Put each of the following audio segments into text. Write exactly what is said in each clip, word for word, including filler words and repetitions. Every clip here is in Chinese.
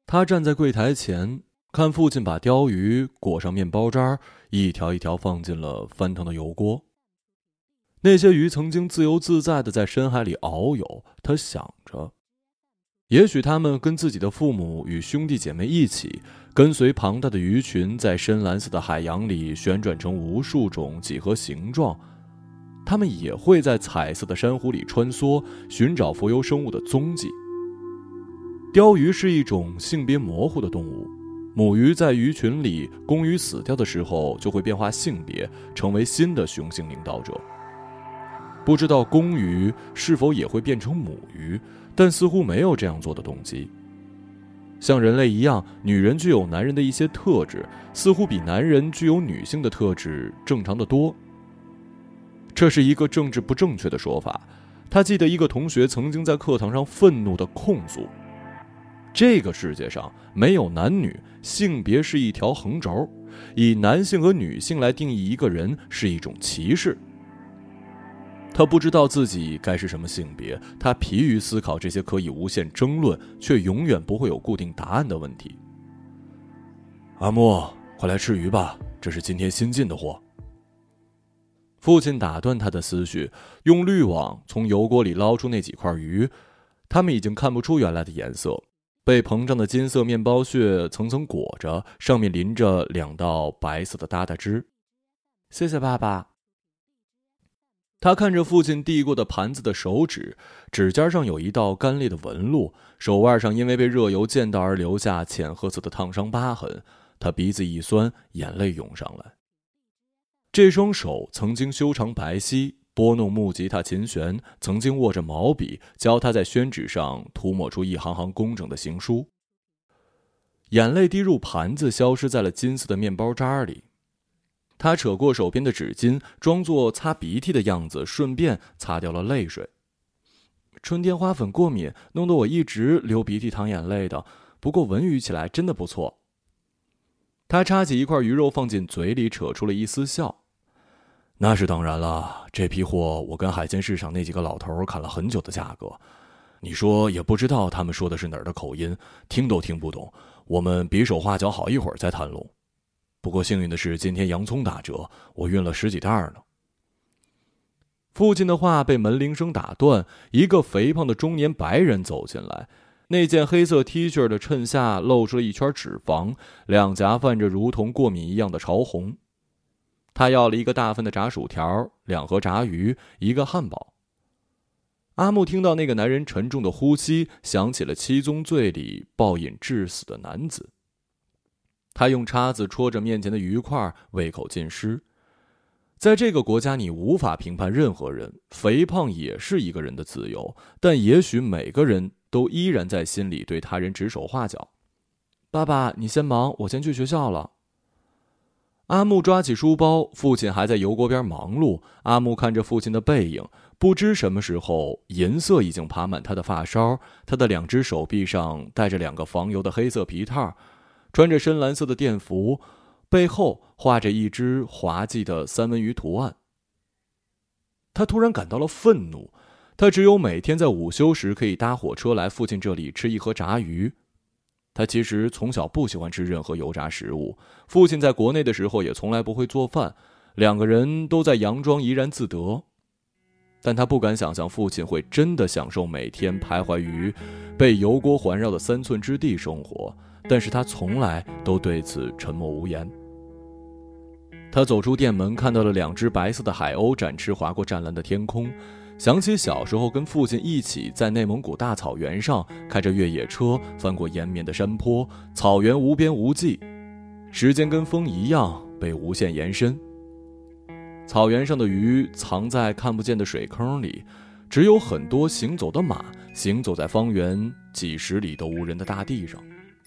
他站在柜台前，看父亲把鲷鱼裹上面包渣，一条一条放进了翻腾的油锅。那些鱼曾经自由自在地在深海里遨游，他想着，也许他们跟自己的父母与兄弟姐妹一起，跟随庞大的鱼群在深蓝色的海洋里旋转成无数种几何形状，他们也会在彩色的珊瑚里穿梭，寻找浮游生物的踪迹。鲷鱼是一种性别模糊的动物，母鱼在鱼群里，公鱼死掉的时候就会变化性别，成为新的雄性领导者。不知道公鱼是否也会变成母鱼，但似乎没有这样做的动机。像人类一样，女人具有男人的一些特质，似乎比男人具有女性的特质正常得多。这是一个政治不正确的说法。他记得一个同学曾经在课堂上愤怒地控诉，这个世界上没有男女，性别是一条横轴，以男性和女性来定义一个人是一种歧视。他不知道自己该是什么性别，他疲于思考这些可以无限争论却永远不会有固定答案的问题。阿莫，快来吃鱼吧，这是今天新进的货。父亲打断他的思绪，用滤网从油锅里捞出那几块鱼，他们已经看不出原来的颜色，被膨胀的金色面包屑层层裹着，上面淋着两道白色的疙瘩汁。谢谢爸爸。他看着父亲递过的盘子的手指，指尖上有一道干裂的纹路，手腕上因为被热油溅到而留下浅褐色的烫伤疤痕。他鼻子一酸，眼泪涌上来。这双手曾经修长白皙，拨弄木吉他琴弦，曾经握着毛笔，教他在宣纸上涂抹出一行行工整的行书。眼泪滴入盘子，消失在了金色的面包渣里。他扯过手边的纸巾，装作擦鼻涕的样子，顺便擦掉了泪水。春天花粉过敏，弄得我一直流鼻涕淌眼泪的，不过文娱起来真的不错。他插起一块鱼肉放进嘴里，扯出了一丝笑。那是当然了，这批货我跟海鲜市场那几个老头砍了很久的价格，你说也不知道他们说的是哪儿的口音，听都听不懂，我们比手画脚好一会儿再谈拢。不过幸运的是，今天洋葱打折，我运了十几袋呢。父亲的话被门铃声打断，一个肥胖的中年白人走进来，那件黑色 T 恤的衬下露出了一圈脂肪，两颊泛着如同过敏一样的潮红。他要了一个大份的炸薯条，两盒炸鱼，一个汉堡。阿木听到那个男人沉重的呼吸，想起了七宗罪里暴饮致死的男子。他用叉子戳着面前的鱼块，胃口尽失。在这个国家，你无法评判任何人，肥胖也是一个人的自由，但也许每个人都依然在心里对他人指手画脚。爸爸，你先忙，我先去学校了。阿木抓起书包，父亲还在油锅边忙碌。阿木看着父亲的背影，不知什么时候银色已经爬满他的发梢，他的两只手臂上戴着两个防油的黑色皮套，穿着深蓝色的电服，背后画着一只滑稽的三文鱼图案。他突然感到了愤怒，他只有每天在午休时可以搭火车来父亲这里吃一盒炸鱼。他其实从小不喜欢吃任何油炸食物，父亲在国内的时候也从来不会做饭，两个人都在佯装怡然自得。但他不敢想象父亲会真的享受每天徘徊于被油锅环绕的三寸之地生活，但是他从来都对此沉默无言。他走出店门，看到了两只白色的海鸥展翅划过湛蓝的天空，想起小时候跟父亲一起在内蒙古大草原上开着越野车翻过延绵的山坡，草原无边无际，时间跟风一样被无限延伸。草原上的鱼藏在看不见的水坑里，只有很多行走的马行走在方圆几十里都无人的大地上。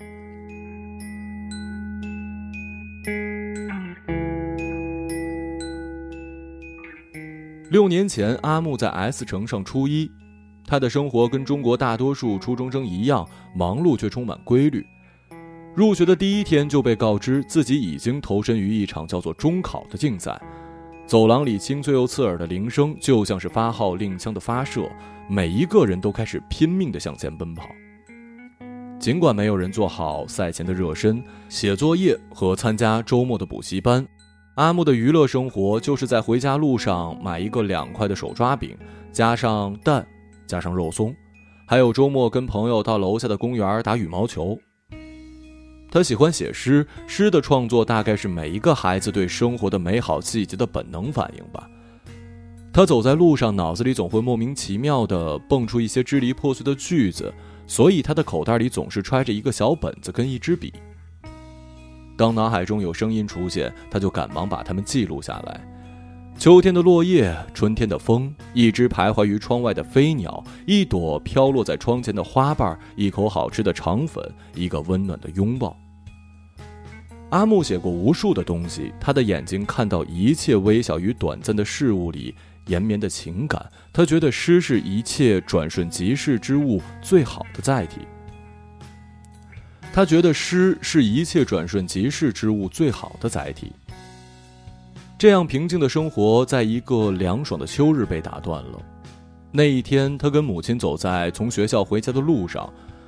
六年前，阿木在 S 城上初一，他的生活跟中国大多数初中生一样，忙碌却充满规律。入学的第一天就被告知自己已经投身于一场叫做中考的竞赛。走廊里清脆又刺耳的铃声就像是发号令枪的发射，每一个人都开始拼命地向前奔跑。 尽管没有人做好赛前的热身、写作业和参加周末的补习班，阿木的娱乐生活就是在回家路上买一个两块的手抓饼，加上蛋，加上肉松，还有周末跟朋友到楼下的公园打羽毛球。他喜欢写诗，诗的创作大概是每一个孩子对生活的美好细节的本能反应吧。他走在路上，脑子里总会莫名其妙地蹦出一些支离破碎的句子，所以他的口袋里总是揣着一个小本子跟一支笔。当脑海中有声音出现，他就赶忙把它们记录下来。秋天的落叶，春天的风，一只徘徊于窗外的飞鸟，一朵飘落在窗前的花瓣，一口好吃的肠粉，一个温暖的拥抱。阿木写过无数的东西，他的眼睛看到一切微小与短暂的事物里延绵的情感，他觉得诗是一切转瞬即逝之物最好的载体。他觉得诗是一切转瞬即逝之物最好的载体。这样平静的生活在一个凉爽的秋日被打断了。那一天，他跟母亲走在从学校回家的路上，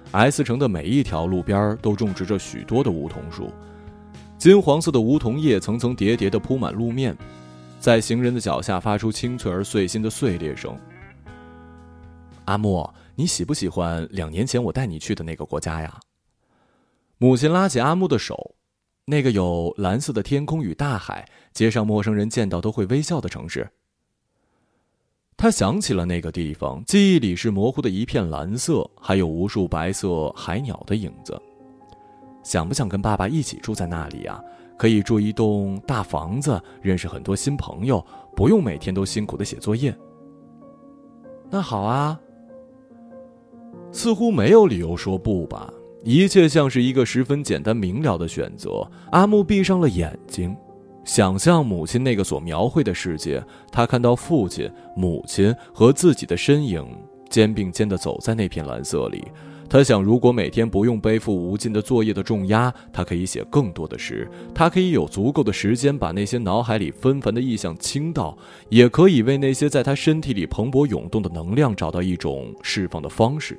S 城的每一条路边都种植着许多的梧桐树，金黄色的梧桐叶层层叠叠地铺满路面，在行人的脚下发出清脆而碎心的碎裂声。阿木，你喜不喜欢两年前我带你去的那个国家呀？母亲拉起阿木的手，那个有蓝色的天空与大海，街上陌生人见到都会微笑的城市。他想起了那个地方，记忆里是模糊的一片蓝色，还有无数白色海鸟的影子。想不想跟爸爸一起住在那里啊？可以住一栋大房子，认识很多新朋友，不用每天都辛苦的写作业。那好啊。似乎没有理由说不吧，一切像是一个十分简单明了的选择。阿木闭上了眼睛，想象母亲那个所描绘的世界，他看到父亲、母亲和自己的身影肩并肩地走在那片蓝色里。他想，如果每天不用背负无尽的作业的重压，他可以写更多的诗，他可以有足够的时间把那些脑海里纷繁的意象倾倒，也可以为那些在他身体里蓬勃涌动的能量找到一种释放的方式。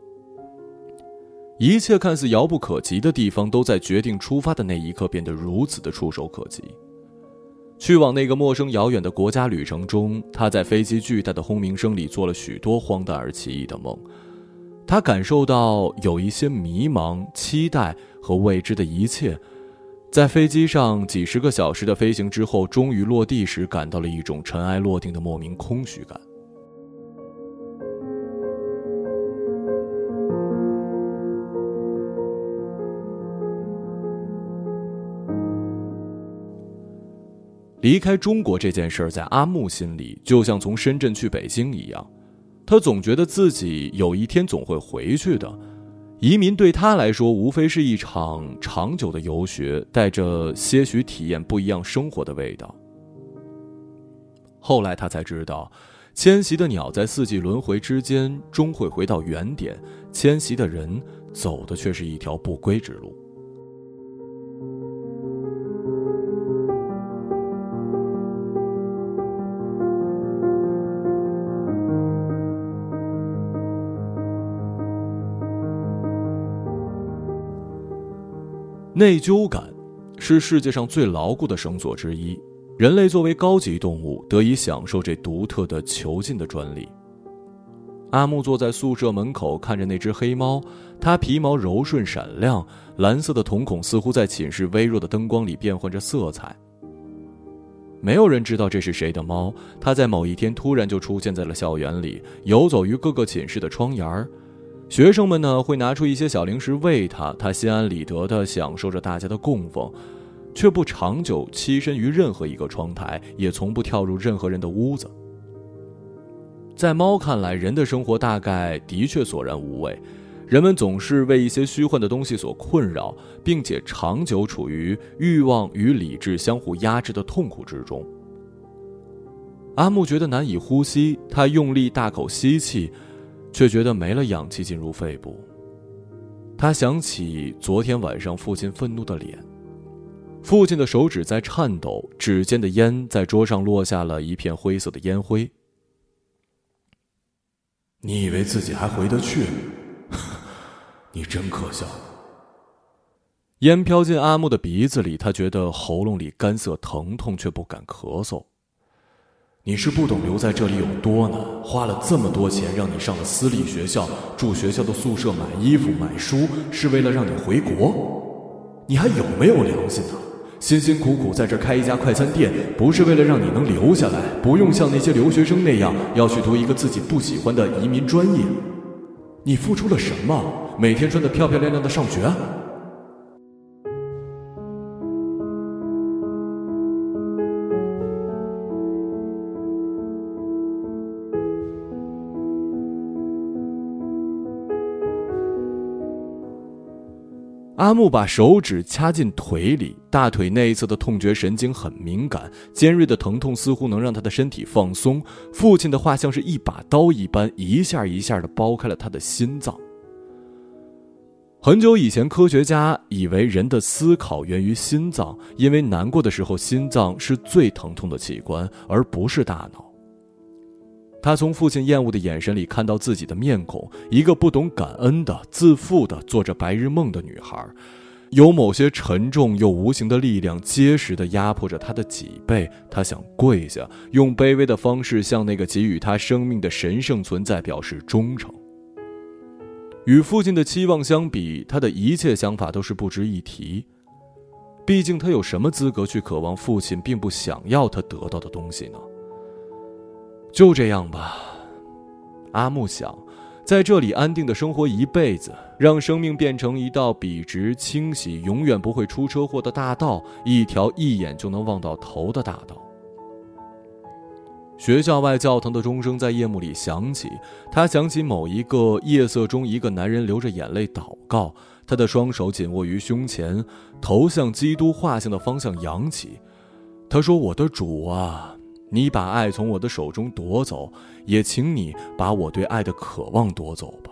一切看似遥不可及的地方，都在决定出发的那一刻变得如此的触手可及。去往那个陌生遥远的国家旅程中，他在飞机巨大的轰鸣声里做了许多荒诞而奇异的梦。他感受到有一些迷茫、期待和未知的一切。在飞机上几十个小时的飞行之后，终于落地时，感到了一种尘埃落定的莫名空虚感。离开中国这件事儿，在阿木心里就像从深圳去北京一样，他总觉得自己有一天总会回去的。移民对他来说无非是一场长久的游学，带着些许体验不一样生活的味道。后来他才知道，迁徙的鸟在四季轮回之间终会回到原点，迁徙的人走的却是一条不归之路。内疚感是世界上最牢固的绳索之一，人类作为高级动物得以享受这独特的囚禁的专利。阿木坐在宿舍门口，看着那只黑猫，它皮毛柔顺闪亮，蓝色的瞳孔似乎在寝室微弱的灯光里变换着色彩。没有人知道这是谁的猫，它在某一天突然就出现在了校园里，游走于各个寝室的窗沿。学生们呢会拿出一些小零食喂它，它心安理得地享受着大家的供奉，却不长久栖身于任何一个窗台，也从不跳入任何人的屋子。在猫看来，人的生活大概的确索然无味，人们总是为一些虚幻的东西所困扰，并且长久处于欲望与理智相互压制的痛苦之中。阿木觉得难以呼吸，他用力大口吸气，却觉得没了氧气进入肺部。他想起昨天晚上父亲愤怒的脸，父亲的手指在颤抖，指尖的烟在桌上落下了一片灰色的烟灰。你以为自己还回得去？ 你真可笑。烟飘进阿木的鼻子里，他觉得喉咙里干涩疼痛，却不敢咳嗽。你是不懂留在这里有多难，花了这么多钱让你上了私立学校，住学校的宿舍，买衣服买书，是为了让你回国？你还有没有良心呢？辛辛苦苦在这开一家快餐店，不是为了让你能留下来，不用像那些留学生那样要去读一个自己不喜欢的移民专业。你付出了什么？每天穿得漂漂亮亮的上学？阿木把手指掐进腿里，大腿内侧的痛觉神经很敏感，尖锐的疼痛似乎能让他的身体放松。父亲的话像是一把刀一般，一下一下地剥开了他的心脏。很久以前，科学家以为人的思考源于心脏，因为难过的时候，心脏是最疼痛的器官，而不是大脑。他从父亲厌恶的眼神里看到自己的面孔，一个不懂感恩的、自负的、做着白日梦的女孩，有某些沉重又无形的力量结实地压迫着他的脊背。他想跪下，用卑微的方式向那个给予他生命的神圣存在表示忠诚。与父亲的期望相比，他的一切想法都是不值一提。毕竟他有什么资格去渴望父亲并不想要他得到的东西呢？就这样吧，阿木想，在这里安定的生活一辈子，让生命变成一道笔直清晰、永远不会出车祸的大道，一条一眼就能望到头的大道。学校外教堂的钟声在夜幕里响起，他想起某一个夜色中，一个男人流着眼泪祷告，他的双手紧握于胸前，头向基督画像的方向扬起。他说：“我的主啊，你把爱从我的手中夺走，也请你把我对爱的渴望夺走吧。”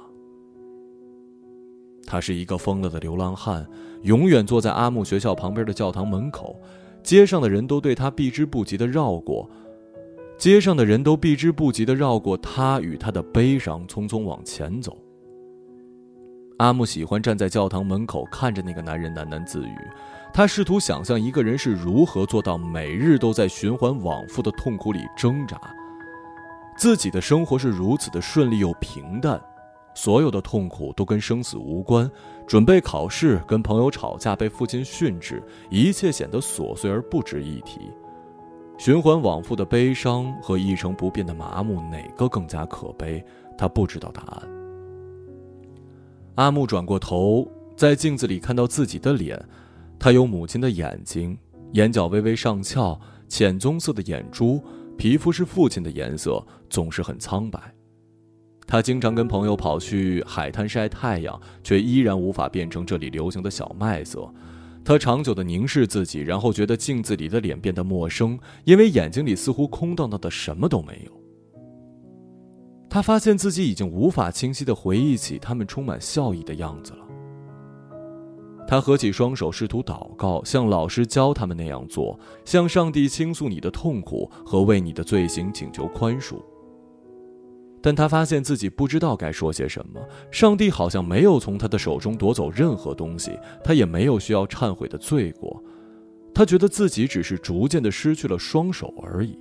他是一个疯了的流浪汉，永远坐在阿木学校旁边的教堂门口，街上的人都对他避之不及地绕过，街上的人都避之不及地绕过他与他的悲伤，匆匆往前走。阿木喜欢站在教堂门口看着那个男人喃喃自语，他试图想象一个人是如何做到每日都在循环往复的痛苦里挣扎。自己的生活是如此的顺利又平淡，所有的痛苦都跟生死无关，准备考试，跟朋友吵架，被父亲训斥，一切显得琐碎而不值一提。循环往复的悲伤和一成不变的麻木，哪个更加可悲？他不知道答案。阿木转过头，在镜子里看到自己的脸，他有母亲的眼睛，眼角微微上翘，浅棕色的眼珠，皮肤是父亲的颜色，总是很苍白。他经常跟朋友跑去海滩晒太阳，却依然无法变成这里流行的小麦色。他长久地凝视自己，然后觉得镜子里的脸变得陌生，因为眼睛里似乎空荡荡的，什么都没有。他发现自己已经无法清晰地回忆起他们充满笑意的样子了。他合起双手，试图祷告，像老师教他们那样做，向上帝倾诉你的痛苦和为你的罪行请求宽恕。但他发现自己不知道该说些什么，上帝好像没有从他的手中夺走任何东西，他也没有需要忏悔的罪过，他觉得自己只是逐渐地失去了双手而已。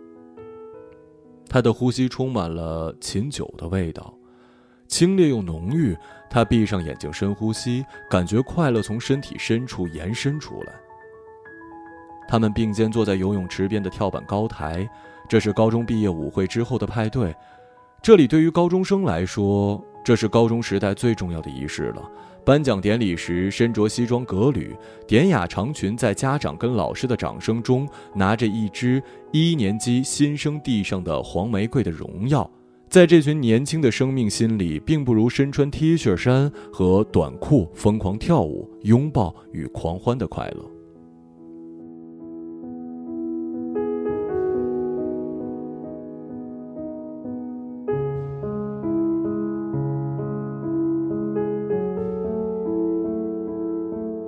他的呼吸充满了琴酒的味道，清冽又浓郁。他闭上眼睛深呼吸，感觉快乐从身体深处延伸出来。他们并肩坐在游泳池边的跳板高台，这是高中毕业舞会之后的派对。这里对于高中生来说，这是高中时代最重要的仪式了。颁奖典礼时，身着西装革履，典雅长裙，在家长跟老师的掌声中，拿着一支一年级新生递上的黄玫瑰的荣耀。在这群年轻的生命心里，并不如身穿 T 恤衫和短裤疯狂跳舞、拥抱与狂欢的快乐。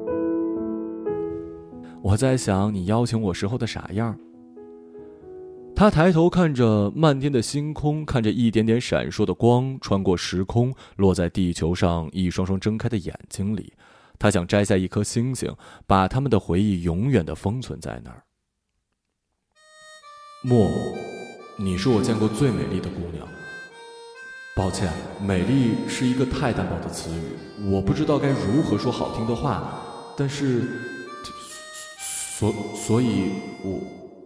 我在想你邀请我时候的傻样。 他抬头看着漫天的星空，看着一点点闪烁的光穿过时空，落在地球上一双双睁开的眼睛里。他想摘下一颗星星，把他们的回忆永远地封存在那儿。莫，你是我见过最美丽的姑娘。抱歉，美丽是一个太单薄的词语，我不知道该如何说好听的话，但是，所所以我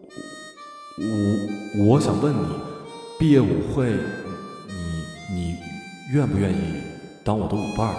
我我想问你，毕业舞会，你你愿不愿意当我的舞伴？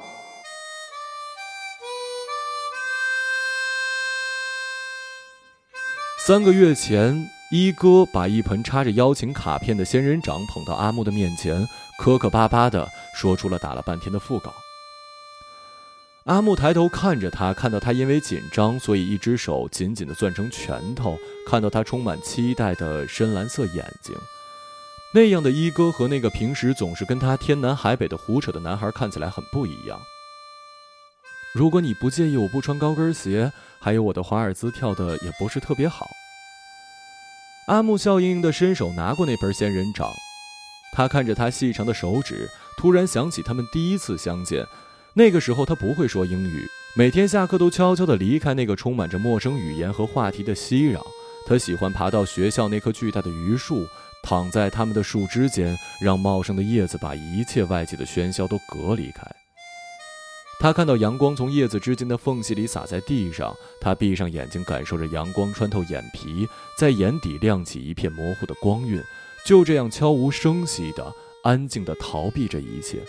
三个月前，一哥把一盆插着邀请卡片的仙人掌捧到阿木的面前，磕磕巴巴地说出了打了半天的腹稿。阿木抬头看着他，看到他因为紧张，所以一只手紧紧地攥成拳头，看到他充满期待的深蓝色眼睛。那样的一哥和那个平时总是跟他天南海北的胡扯的男孩看起来很不一样。如果你不介意我不穿高跟鞋，还有我的华尔兹跳的也不是特别好。阿木笑盈盈地伸手拿过那盆仙人掌，他看着他细长的手指，突然想起他们第一次相见。那个时候他不会说英语，每天下课都悄悄地离开那个充满着陌生语言和话题的熙攘。他喜欢爬到学校那棵巨大的榆树，躺在它们的树枝间，让茂盛的叶子把一切外界的喧嚣都隔离开。他看到阳光从叶子之间的缝隙里洒在地上，他闭上眼睛，感受着阳光穿透眼皮，在眼底亮起一片模糊的光晕，就这样悄无声息地安静地逃避着一切。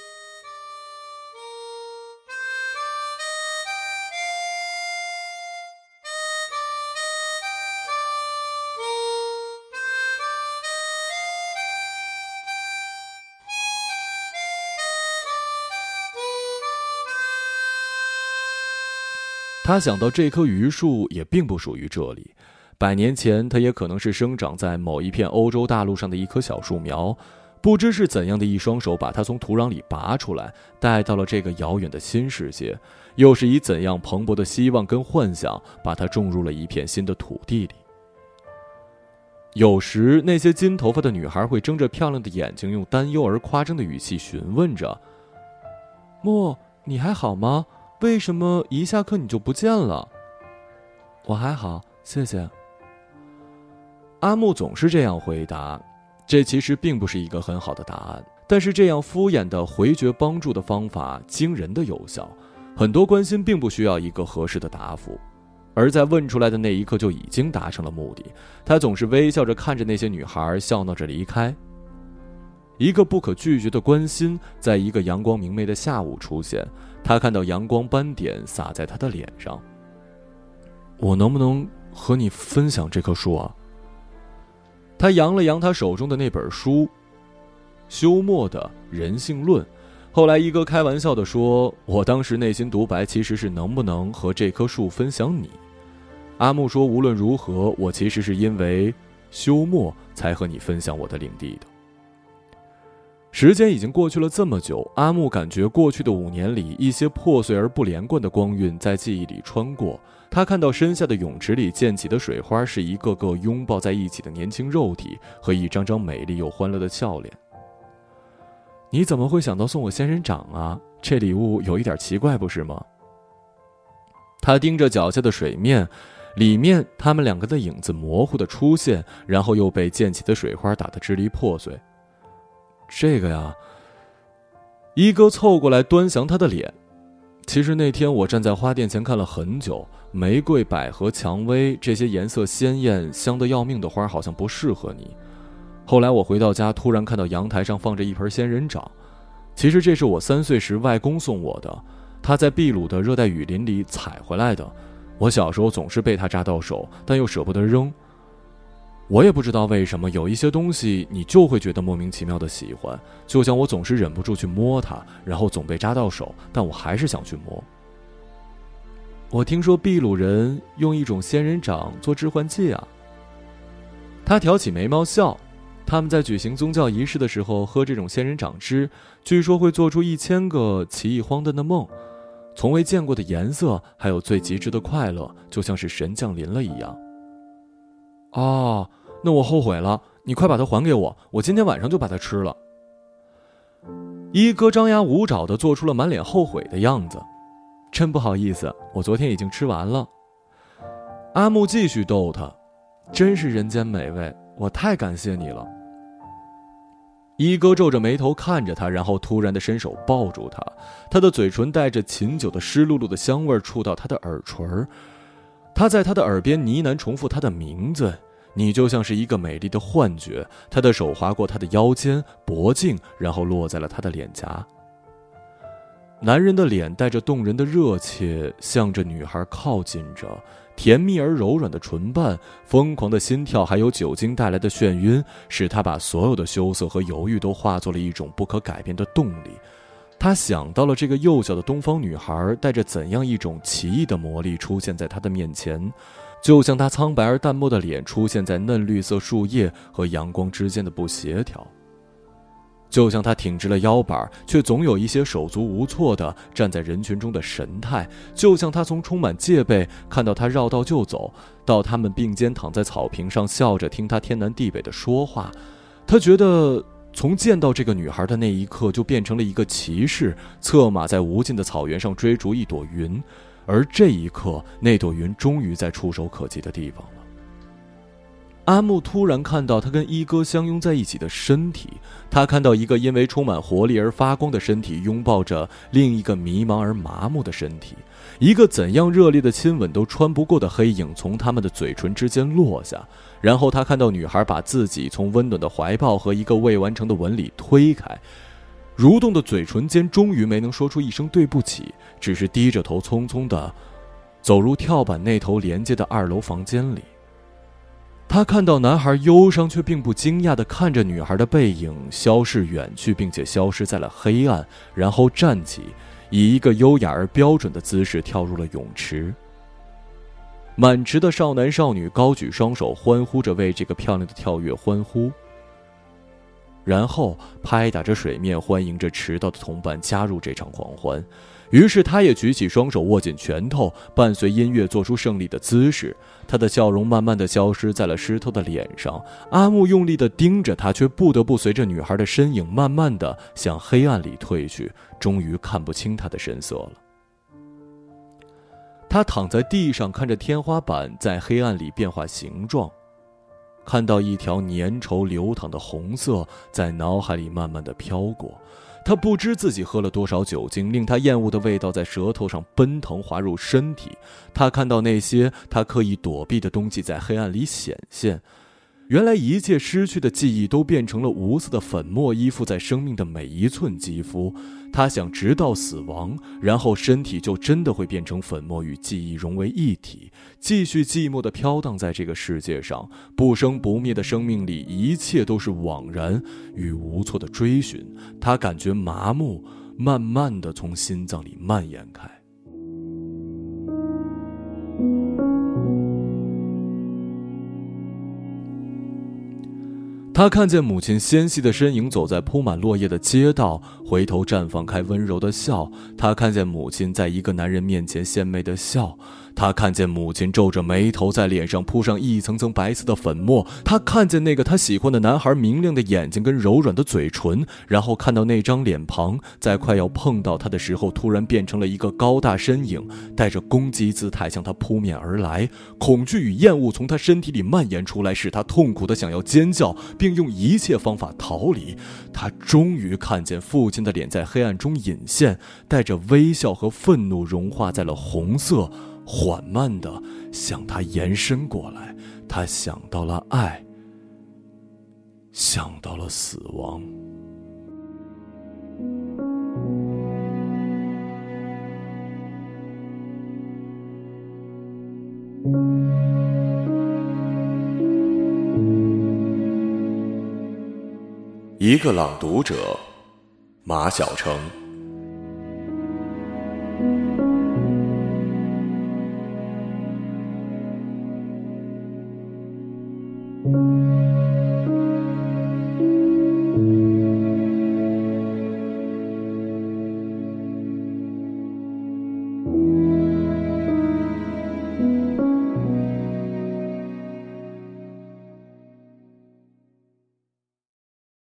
他想到这棵榆树也并不属于这里，百年前它也可能是生长在某一片欧洲大陆上的一棵小树苗，不知是怎样的一双手把它从土壤里拔出来，带到了这个遥远的新世界，又是以怎样蓬勃的希望跟幻想把它种入了一片新的土地里。有时那些金头发的女孩会睁着漂亮的眼睛，用担忧而夸张的语气询问着：莫，你还好吗？为什么一下课你就不见了？我还好，谢谢。阿木总是这样回答，这其实并不是一个很好的答案，但是这样敷衍的回绝帮助的方法惊人的有效。很多关心并不需要一个合适的答复，而在问出来的那一刻就已经达成了目的。他总是微笑着看着那些女孩，笑闹着离开。一个不可拒绝的关心，在一个阳光明媚的下午出现。他看到阳光斑点洒在他的脸上。我能不能和你分享这棵树啊？他扬了扬他手中的那本书，休谟的《人性论》。后来一哥开玩笑地说，我当时内心独白其实是能不能和这棵树分享你。阿木说，无论如何，我其实是因为休谟才和你分享我的领地的。时间已经过去了这么久，阿木感觉过去的五年里，一些破碎而不连贯的光晕在记忆里穿过。他看到身下的泳池里溅起的水花，是一个个拥抱在一起的年轻肉体和一张张美丽又欢乐的笑脸。你怎么会想到送我仙人掌啊？这礼物有一点奇怪，不是吗？他盯着脚下的水面，里面他们两个的影子模糊的出现，然后又被溅起的水花打得支离破碎。这个呀，一哥凑过来端详他的脸。其实那天我站在花店前看了很久，玫瑰、百合、蔷薇这些颜色鲜艳、香得要命的花好像不适合你。后来我回到家，突然看到阳台上放着一盆仙人掌。其实这是我三岁时外公送我的，他在秘鲁的热带雨林里采回来的。我小时候总是被他扎到手，但又舍不得扔。我也不知道为什么，有一些东西你就会觉得莫名其妙的喜欢，就像我总是忍不住去摸它，然后总被扎到手，但我还是想去摸。我听说秘鲁人用一种仙人掌做致幻剂啊。他挑起眉毛笑，他们在举行宗教仪式的时候喝这种仙人掌汁，据说会做出一千个奇异荒诞的梦，从未见过的颜色，还有最极致的快乐，就像是神降临了一样。哦， 那我后悔了，你快把它还给我，我今天晚上就把它吃了。一哥张牙舞爪地做出了满脸后悔的样子。真不好意思，我昨天已经吃完了。阿木继续逗他，真是人间美味，我太感谢你了。一哥皱着眉头看着他，然后突然地伸手抱住他，他的嘴唇带着琴酒的湿漉漉的香味触到他的耳垂，他在他的耳边呢喃重复他的名字，你就像是一个美丽的幻觉。他的手划过他的腰间、脖颈，然后落在了他的脸颊。男人的脸带着动人的热切，向着女孩靠近着，甜蜜而柔软的唇瓣，疯狂的心跳，还有酒精带来的眩晕，使他把所有的羞涩和犹豫都化作了一种不可改变的动力。他想到了这个幼小的东方女孩带着怎样一种奇异的魔力出现在他的面前，就像她苍白而淡漠的脸出现在嫩绿色树叶和阳光之间的不协调，就像他挺直了腰板，却总有一些手足无措地站在人群中的神态，就像他从充满戒备看到他绕道就走，到他们并肩躺在草坪上笑着听他天南地北的说话。他觉得从见到这个女孩的那一刻就变成了一个骑士，策马在无尽的草原上追逐一朵云，而这一刻那朵云终于在触手可及的地方了。阿木突然看到他跟一哥相拥在一起的身体，他看到一个因为充满活力而发光的身体拥抱着另一个迷茫而麻木的身体，一个怎样热烈的亲吻都穿不过的黑影从他们的嘴唇之间落下，然后他看到女孩把自己从温暖的怀抱和一个未完成的吻里推开，蠕动的嘴唇间终于没能说出一声对不起，只是低着头匆匆地走入跳板那头连接的二楼房间里。他看到男孩忧伤却并不惊讶地看着女孩的背影消逝远去，并且消失在了黑暗，然后站起，以一个优雅而标准的姿势跳入了泳池。满池的少男少女高举双手欢呼着为这个漂亮的跳跃欢呼，然后拍打着水面欢迎着迟到的同伴加入这场狂欢。于是他也举起双手握紧拳头，伴随音乐做出胜利的姿势。他的笑容慢慢地消失在了湿透的脸上。阿木用力地盯着他，却不得不随着女孩的身影慢慢地向黑暗里退去，终于看不清她的神色了。他躺在地上，看着天花板在黑暗里变化形状，看到一条粘稠流淌的红色在脑海里慢慢地飘过。他不知自己喝了多少酒精，令他厌恶的味道在舌头上奔腾滑入身体。他看到那些他刻意躲避的东西在黑暗里显现，原来一切失去的记忆都变成了无色的粉末，依附在生命的每一寸肌肤。他想直到死亡，然后身体就真的会变成粉末，与记忆融为一体，继续寂寞地飘荡在这个世界上。不生不灭的生命里，一切都是枉然与无措的追寻。他感觉麻木慢慢地从心脏里蔓延开。他看见母亲纤细的身影走在铺满落叶的街道，回头绽放开温柔的笑。他看见母亲在一个男人面前献媚的笑，他看见母亲皱着眉头，在脸上铺上一层层白色的粉末。他看见那个他喜欢的男孩明亮的眼睛跟柔软的嘴唇，然后看到那张脸庞在快要碰到他的时候，突然变成了一个高大身影，带着攻击姿态向他扑面而来。恐惧与厌恶从他身体里蔓延出来，使他痛苦的想要尖叫，并用一切方法逃离。他终于看见父亲的脸在黑暗中隐现，带着微笑和愤怒融化在了红色，缓慢地向他延伸过来。他想到了爱，想到了死亡。一个朗读者，马晓成。